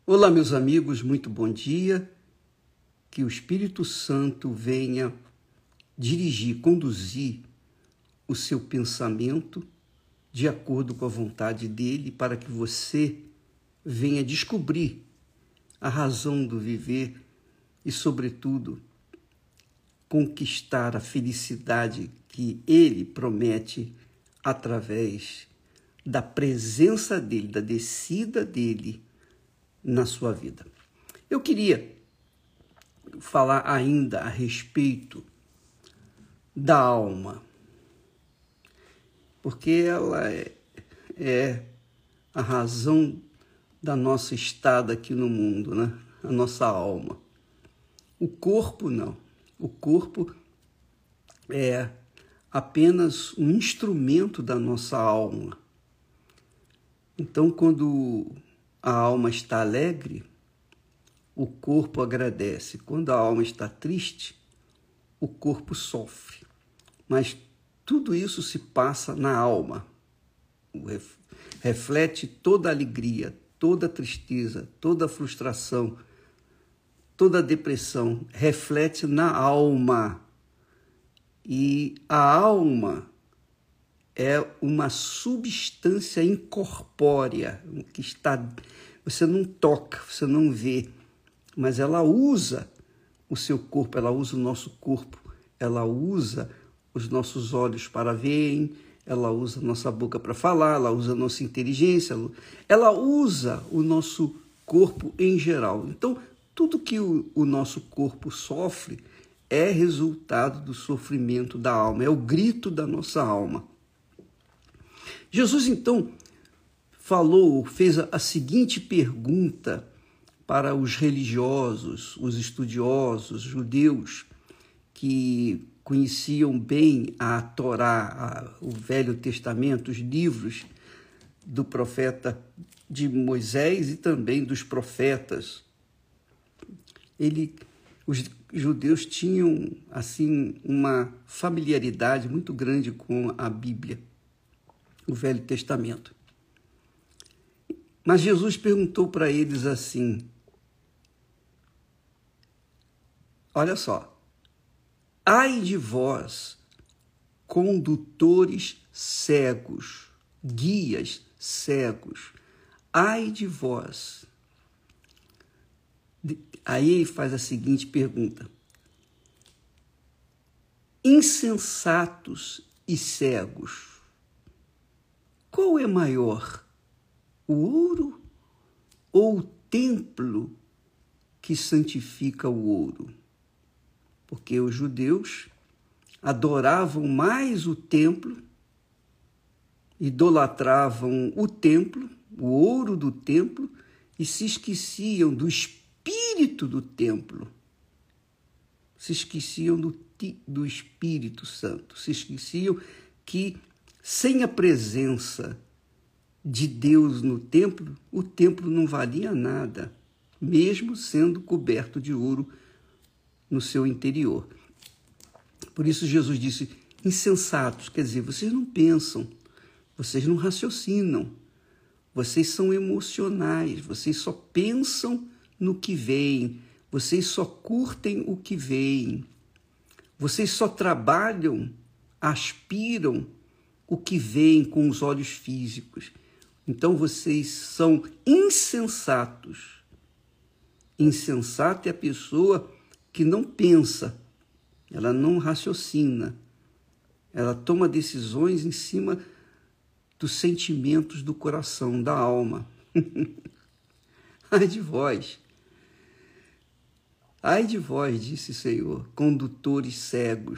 Olá, meus amigos, muito bom dia. Que o Espírito Santo venha dirigir, conduzir o seu pensamento de acordo com a vontade dele, para que você venha descobrir a razão do viver e, sobretudo, conquistar a felicidade que ele promete através da presença dele, da descida dele na sua vida. Eu queria falar ainda a respeito da alma, porque ela é a razão da nossa estada aqui no mundo, né? A nossa alma. O corpo não. O corpo é apenas um instrumento da nossa alma. Então, quando a alma está alegre, o corpo agradece. Quando a alma está triste, o corpo sofre. Mas tudo isso se passa na alma. Reflete toda a alegria, toda a tristeza, toda a frustração, toda a depressão. Reflete na alma. E a alma é uma substância incorpórea, que está, você não toca, você não vê, mas ela usa o seu corpo, ela usa o nosso corpo, ela usa os nossos olhos para verem, ela usa a nossa boca para falar, ela usa a nossa inteligência, ela usa o nosso corpo em geral. Então, tudo que o nosso corpo sofre é resultado do sofrimento da alma, é o grito da nossa alma. Jesus, então, fez a seguinte pergunta para os religiosos, os estudiosos, judeus, que conheciam bem a Torá, o Velho Testamento, os livros do profeta de Moisés e também dos profetas. Os judeus tinham, assim, uma familiaridade muito grande com a Bíblia, o Velho Testamento. Mas Jesus perguntou para eles assim, olha só, ai de vós, condutores cegos, guias cegos, ai de vós. Aí ele faz a seguinte pergunta, insensatos e cegos, qual é maior, o ouro ou o templo que santifica o ouro? Porque os judeus adoravam mais o templo, idolatravam o templo, o ouro do templo, e se esqueciam do espírito do templo. Se esqueciam do Espírito Santo, se esqueciam que sem a presença de Deus no templo, o templo não valia nada, mesmo sendo coberto de ouro no seu interior. Por isso Jesus disse, insensatos, quer dizer, vocês não pensam, vocês não raciocinam, vocês são emocionais, vocês só pensam no que veem, vocês só curtem o que veem, vocês só trabalham, aspiram o que veem com os olhos físicos. Então vocês são insensatos. Insensato é a pessoa que não pensa, ela não raciocina, ela toma decisões em cima dos sentimentos do coração, da alma. Ai de vós, disse o Senhor, condutores cegos.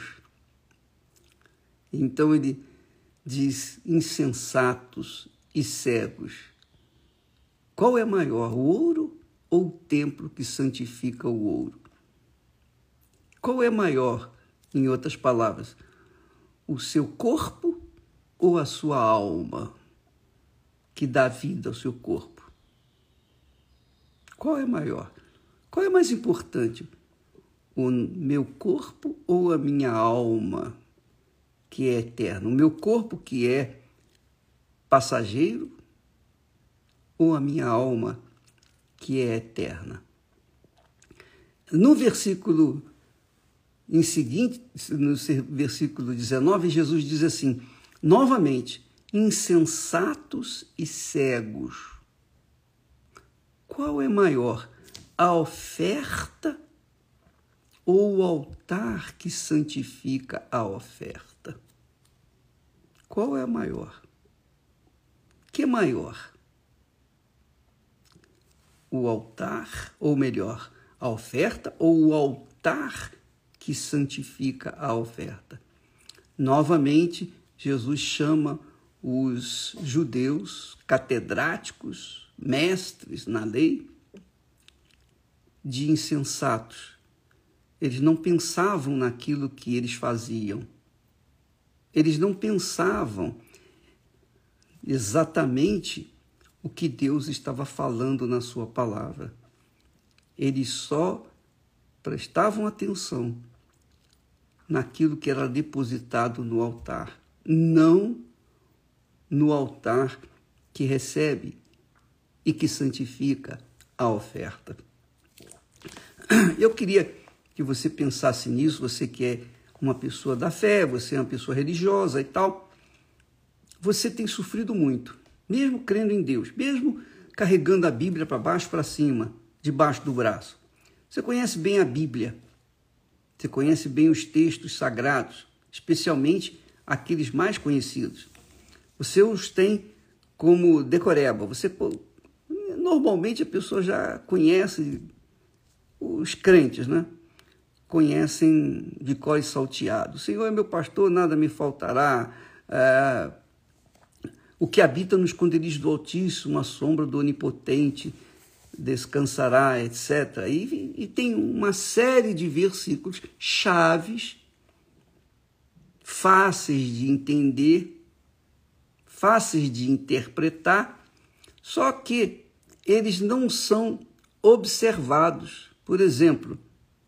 Então ele diz, insensatos e cegos. Qual é maior, o ouro ou o templo que santifica o ouro? Qual é maior, em outras palavras, o seu corpo ou a sua alma que dá vida ao seu corpo? Qual é maior? Qual é mais importante? O meu corpo ou a minha alma que é eterna? O meu corpo que é passageiro ou a minha alma que é eterna. No versículo em seguinte, no versículo 19, Jesus diz assim, novamente, insensatos e cegos. Qual é maior, a oferta ou o altar que santifica a oferta? Qual é a maior? Que é maior? O altar, ou melhor, a oferta ou o altar que santifica a oferta? Novamente, Jesus chama os judeus catedráticos, mestres na lei, de insensatos. Eles não pensavam naquilo que eles faziam. Eles não pensavam exatamente o que Deus estava falando na sua palavra. Eles só prestavam atenção naquilo que era depositado no altar, não no altar que recebe e que santifica a oferta. Eu queria que você pensasse nisso, você que é uma pessoa da fé, você é uma pessoa religiosa e tal. Você tem sofrido muito, mesmo crendo em Deus, mesmo carregando a Bíblia para baixo, para cima, debaixo do braço. Você conhece bem a Bíblia, você conhece bem os textos sagrados, especialmente aqueles mais conhecidos. Você os tem como decoreba. Normalmente a pessoa já conhece, os crentes, né? Conhecem de cor e salteado. O Senhor é meu pastor, nada me faltará. O que habita no esconderijo do Altíssimo, a sombra do Onipotente, descansará, etc. E tem uma série de versículos chaves, fáceis de entender, fáceis de interpretar, só que eles não são observados. Por exemplo,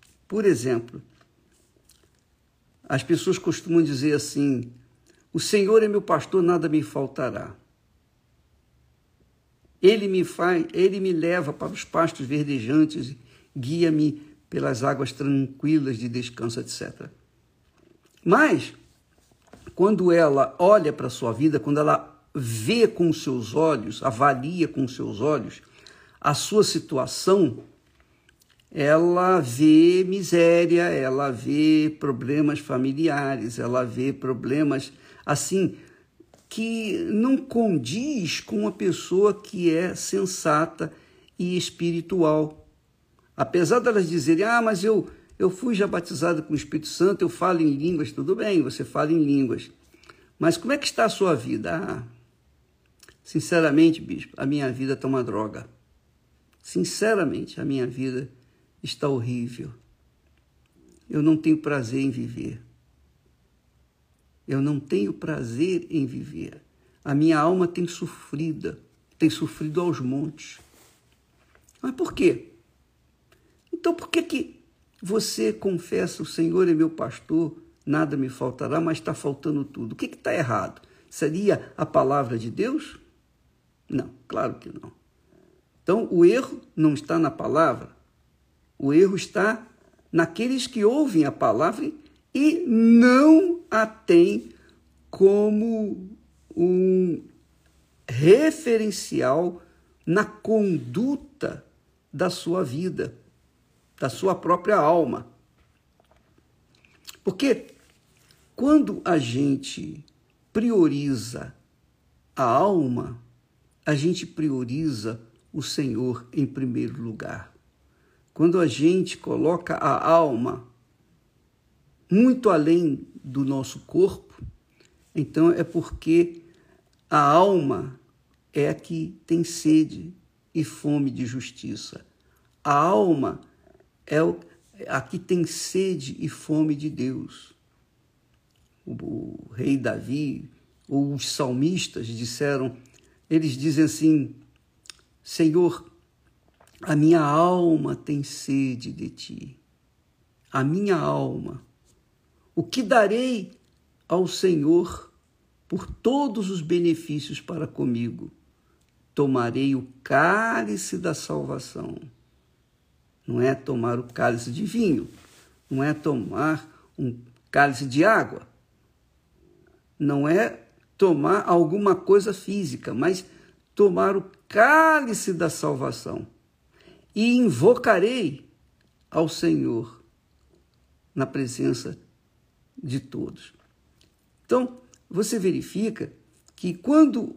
as pessoas costumam dizer assim, o Senhor é meu pastor, nada me faltará. Ele me leva para os pastos verdejantes, guia-me pelas águas tranquilas de descanso, etc. Mas, quando ela olha para a sua vida, quando ela vê com os seus olhos, avalia com os seus olhos a sua situação, ela vê miséria, ela vê problemas familiares, ela vê problemas assim que não condiz com uma pessoa que é sensata e espiritual. Apesar delas dizerem, mas eu fui já batizada com o Espírito Santo, eu falo em línguas, tudo bem, você fala em línguas. Mas como é que está a sua vida? Sinceramente, bispo, a minha vida está uma droga. Sinceramente, a minha vida está horrível. Eu não tenho prazer em viver. Eu não tenho prazer em viver. A minha alma tem sofrido aos montes. Mas por quê? Então, por que você confessa, o Senhor é meu pastor, nada me faltará, mas está faltando tudo? O que está errado? Seria a palavra de Deus? Não, claro que não. Então, o erro não está na palavra. O erro está naqueles que ouvem a palavra e não a têm como um referencial na conduta da sua vida, da sua própria alma. Porque quando a gente prioriza a alma, a gente prioriza o Senhor em primeiro lugar. Quando a gente coloca a alma muito além do nosso corpo, então é porque a alma é a que tem sede e fome de justiça. A alma é a que tem sede e fome de Deus. O rei Davi, ou os salmistas eles dizem assim, Senhor, a minha alma tem sede de ti. A minha alma. O que darei ao Senhor por todos os benefícios para comigo? tomarei o cálice da salvação. Não é tomar o cálice de vinho, não é tomar um cálice de água, não é tomar alguma coisa física, mas tomar o cálice da salvação. E invocarei ao Senhor na presença de todos. Então, você verifica que quando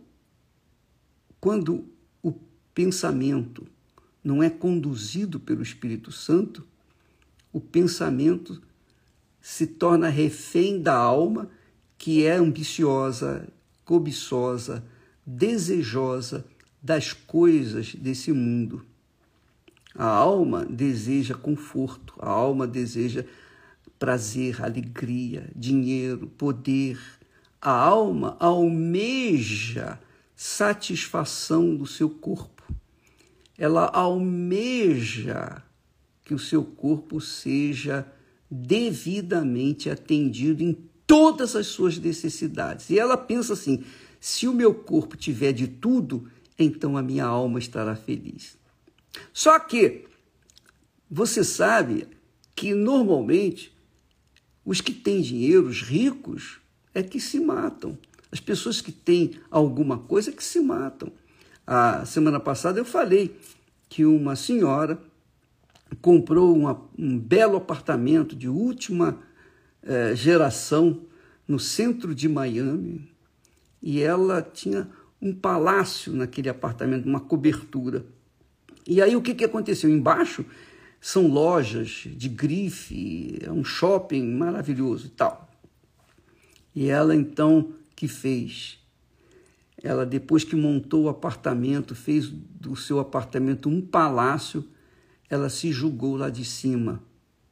o pensamento não é conduzido pelo Espírito Santo, o pensamento se torna refém da alma, que é ambiciosa, cobiçosa, desejosa das coisas desse mundo. A alma deseja conforto, a alma deseja prazer, alegria, dinheiro, poder. A alma almeja satisfação do seu corpo. Ela almeja que o seu corpo seja devidamente atendido em todas as suas necessidades. E ela pensa assim: se o meu corpo tiver de tudo, então a minha alma estará feliz. Só que você sabe que normalmente os que têm dinheiro, os ricos, é que se matam. As pessoas que têm alguma coisa é que se matam. A semana passada eu falei que uma senhora comprou um belo apartamento de última geração no centro de Miami, e ela tinha um palácio naquele apartamento, uma cobertura. E aí o que aconteceu? Embaixo são lojas de grife, é um shopping maravilhoso e tal. E ela então, que fez? Ela, depois que montou o apartamento, fez do seu apartamento um palácio, ela se jogou lá de cima.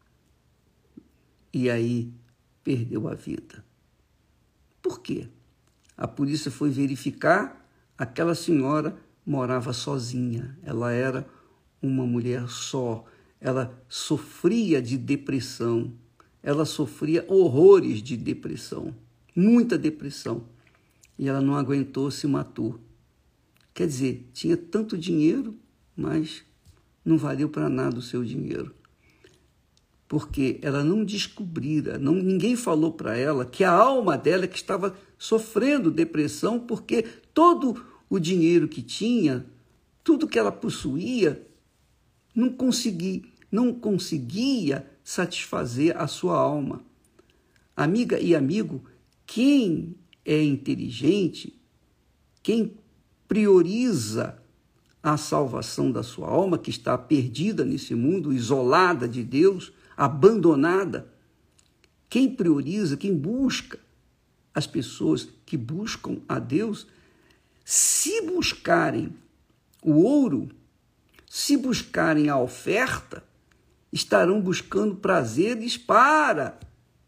E aí perdeu a vida. Por quê? A polícia foi verificar, aquela senhora morava sozinha, ela era uma mulher só, ela sofria de depressão, ela sofria horrores de depressão, muita depressão, e ela não aguentou, se matou. Quer dizer, tinha tanto dinheiro, mas não valeu para nada o seu dinheiro, porque ela não descobrira, ninguém falou para ela que a alma dela que estava sofrendo depressão, porque todo o dinheiro que tinha, tudo que ela possuía, não conseguia satisfazer a sua alma. Amiga e amigo, quem é inteligente, quem prioriza a salvação da sua alma, que está perdida nesse mundo, isolada de Deus, abandonada, quem prioriza, quem busca, as pessoas que buscam a Deus, se buscarem o ouro, se buscarem a oferta, estarão buscando prazeres para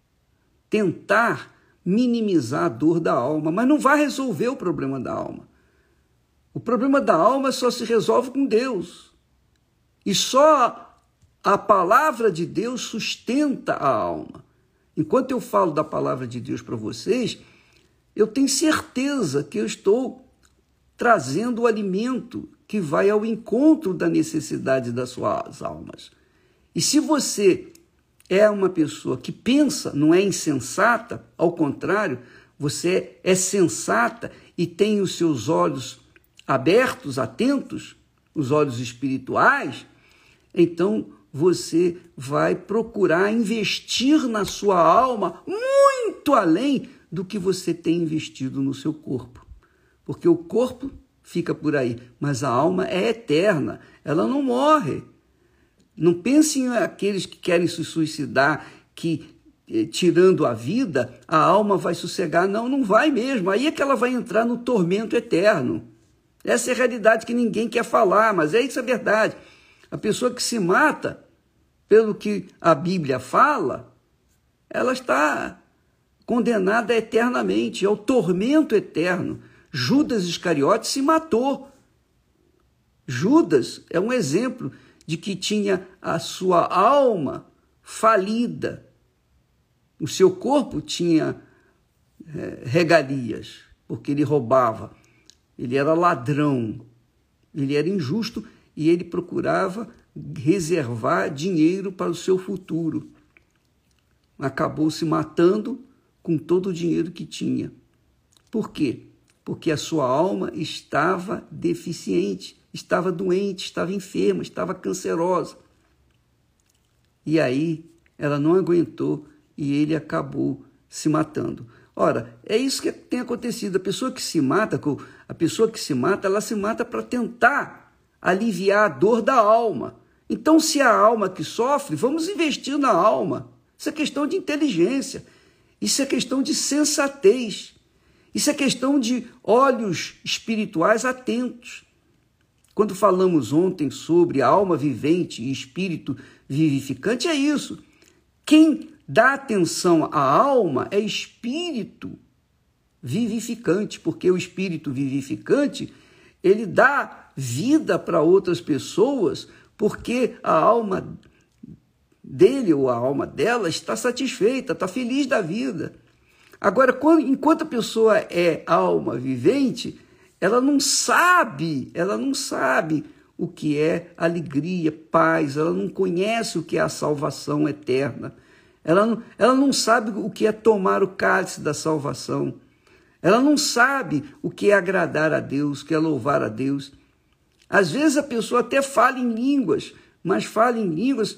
tentar minimizar a dor da alma, mas não vai resolver o problema da alma. O problema da alma só se resolve com Deus. E só a palavra de Deus sustenta a alma. Enquanto eu falo da palavra de Deus para vocês, eu tenho certeza que eu estou trazendo o alimento que vai ao encontro da necessidade das suas almas. E se você é uma pessoa que pensa, não é insensata, ao contrário, você é sensata e tem os seus olhos abertos, atentos, os olhos espirituais, então você vai procurar investir na sua alma muito além do que você tem investido no seu corpo. Porque o corpo fica por aí, mas a alma é eterna, ela não morre. Não pensem aqueles que querem se suicidar, que tirando a vida, a alma vai sossegar. Não, não vai mesmo. Aí é que ela vai entrar no tormento eterno. Essa é a realidade que ninguém quer falar, mas isso é verdade. A pessoa que se mata, pelo que a Bíblia fala, ela está condenada eternamente, ao tormento eterno. Judas Iscariote se matou. Judas é um exemplo de que tinha a sua alma falida. O seu corpo tinha regalias, porque ele roubava, ele era ladrão, Ele era injusto e ele procurava reservar dinheiro para o seu futuro. Acabou se matando com todo o dinheiro que tinha. Por quê? Porque a sua alma estava deficiente, estava doente, estava enferma, estava cancerosa. E aí ela não aguentou e ele acabou se matando. Ora, é isso que tem acontecido. A pessoa que se mata, ela se mata para tentar aliviar a dor da alma. Então, se é a alma que sofre, vamos investir na alma. Isso é questão de inteligência. Isso é questão de sensatez. Isso é questão de olhos espirituais atentos. Quando falamos ontem sobre a alma vivente e espírito vivificante, é isso. Quem dá atenção à alma é espírito vivificante, porque o espírito vivificante, ele dá vida para outras pessoas, porque a alma dele ou a alma dela está satisfeita, está feliz da vida. Agora, enquanto a pessoa é alma vivente, ela não sabe o que é alegria, paz, ela não conhece o que é a salvação eterna. Ela não sabe o que é tomar o cálice da salvação. Ela não sabe o que é agradar a Deus, o que é louvar a Deus. Às vezes a pessoa até fala em línguas, mas fala em línguas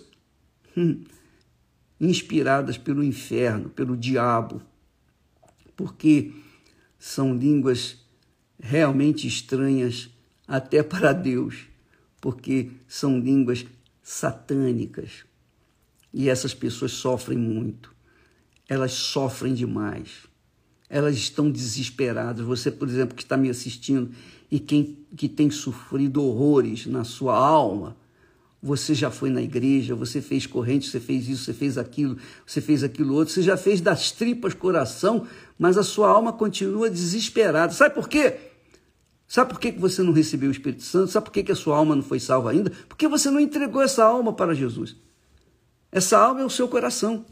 inspiradas pelo inferno, pelo diabo, porque são línguas realmente estranhas até para Deus, porque são línguas satânicas. E essas pessoas sofrem muito, elas sofrem demais, elas estão desesperadas. Você, por exemplo, que está me assistindo e que tem sofrido horrores na sua alma, você já foi na igreja, você fez corrente, você fez isso, você fez aquilo outro, você já fez das tripas coração, mas a sua alma continua desesperada. Sabe por quê? Sabe por que você não recebeu o Espírito Santo? Sabe por que a sua alma não foi salva ainda? Porque você não entregou essa alma para Jesus. Essa alma é o seu coração.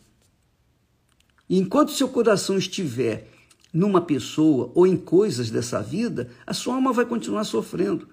E enquanto o seu coração estiver numa pessoa ou em coisas dessa vida, a sua alma vai continuar sofrendo.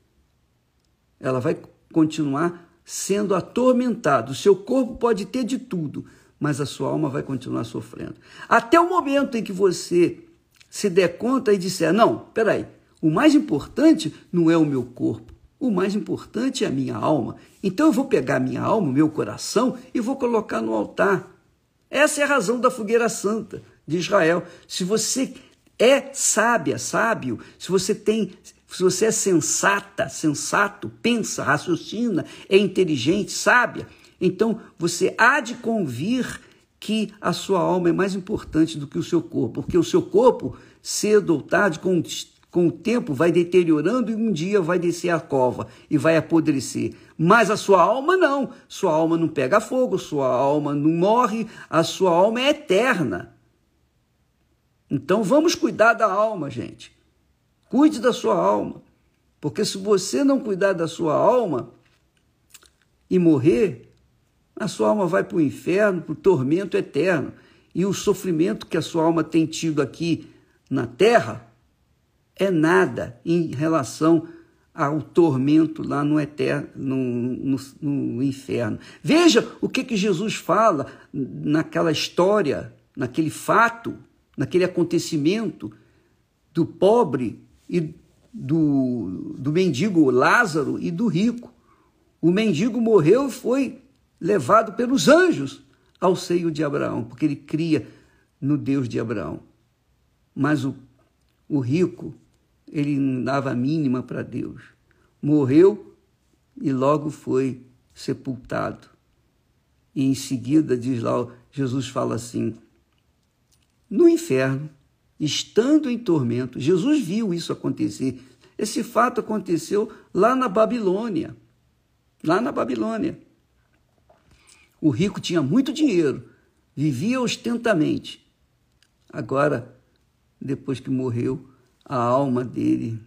Ela vai continuar sendo atormentada. O seu corpo pode ter de tudo, mas a sua alma vai continuar sofrendo. Até o momento em que você se der conta e disser, não, peraí, o mais importante não é o meu corpo, o mais importante é a minha alma. Então eu vou pegar a minha alma, o meu coração, e vou colocar no altar. Essa é a razão da fogueira santa de Israel. Se você é sábio, se você é sensato, pensa, raciocina, é inteligente, sábia, então você há de convir que a sua alma é mais importante do que o seu corpo, porque o seu corpo, cedo ou tarde, com o tempo, vai deteriorando e um dia vai descer a cova e vai apodrecer. Mas a sua alma não. Sua alma não pega fogo, sua alma não morre, a sua alma é eterna. Então vamos cuidar da alma, gente. Cuide da sua alma. Porque se você não cuidar da sua alma e morrer, a sua alma vai para o inferno, para o tormento eterno. E o sofrimento que a sua alma tem tido aqui na terra é nada em relação ao tormento lá no eterno, no inferno. Veja o que Jesus fala naquela história, naquele fato, naquele acontecimento do pobre e do mendigo Lázaro e do rico. O mendigo morreu e foi levado pelos anjos ao seio de Abraão, porque ele cria no Deus de Abraão. Mas o rico, ele não dava a mínima para Deus. Morreu e logo foi sepultado. E em seguida, diz lá, Jesus fala assim, no inferno, estando em tormento, Jesus viu isso acontecer. Esse fato aconteceu lá na Babilônia. Lá na Babilônia. O rico tinha muito dinheiro, vivia ostentamente. Agora, depois que morreu, a alma dele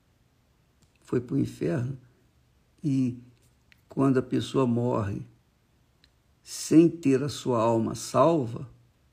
foi para o inferno. E quando a pessoa morre sem ter a sua alma salva,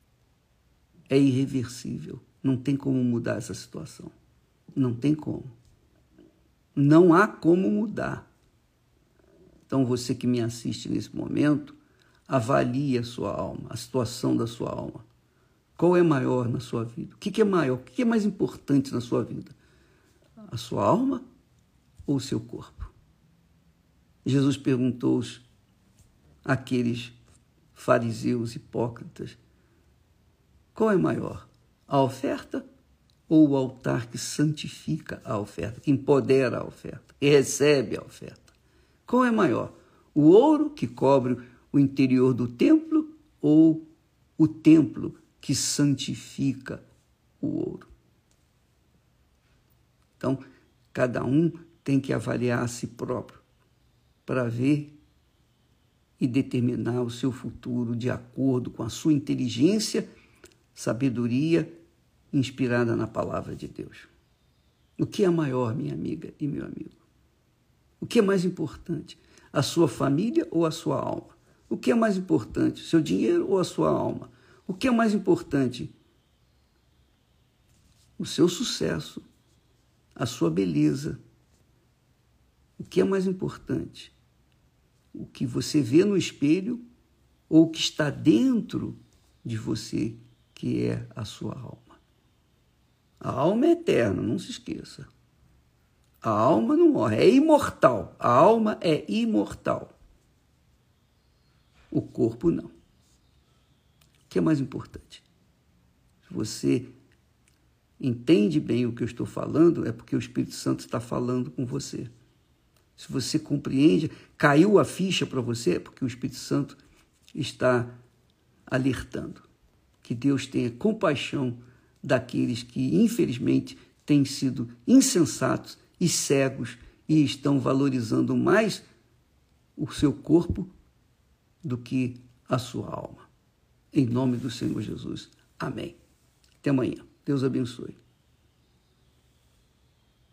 é irreversível. Não tem como mudar essa situação. Não tem como. Não há como mudar. Então, você que me assiste nesse momento, avalie a sua alma, a situação da sua alma. Qual é maior na sua vida? O que é maior? O que é mais importante na sua vida? A sua alma ou o seu corpo? Jesus perguntou àqueles fariseus hipócritas: qual é maior? A oferta ou o altar que santifica a oferta, que empodera a oferta, que recebe a oferta? Qual é maior? O ouro que cobre o interior do templo ou o templo que santifica o ouro? Então, cada um tem que avaliar a si próprio para ver e determinar o seu futuro de acordo com a sua inteligência, sabedoria inspirada na palavra de Deus. O que é maior, minha amiga e meu amigo? O que é mais importante? A sua família ou a sua alma? O que é mais importante? Seu dinheiro ou a sua alma? O que é mais importante? O seu sucesso, a sua beleza. O que é mais importante? O que você vê no espelho ou o que está dentro de você, que é a sua alma? A alma é eterna, não se esqueça. A alma não morre, é imortal. A alma é imortal. O corpo não. O que é mais importante? Se você entende bem o que eu estou falando, é porque o Espírito Santo está falando com você. Se você compreende, caiu a ficha para você, é porque o Espírito Santo está alertando. Que Deus tenha compaixão daqueles que, infelizmente, têm sido insensatos e cegos e estão valorizando mais o seu corpo do que a sua alma. Em nome do Senhor Jesus. Amém. Até amanhã. Deus abençoe.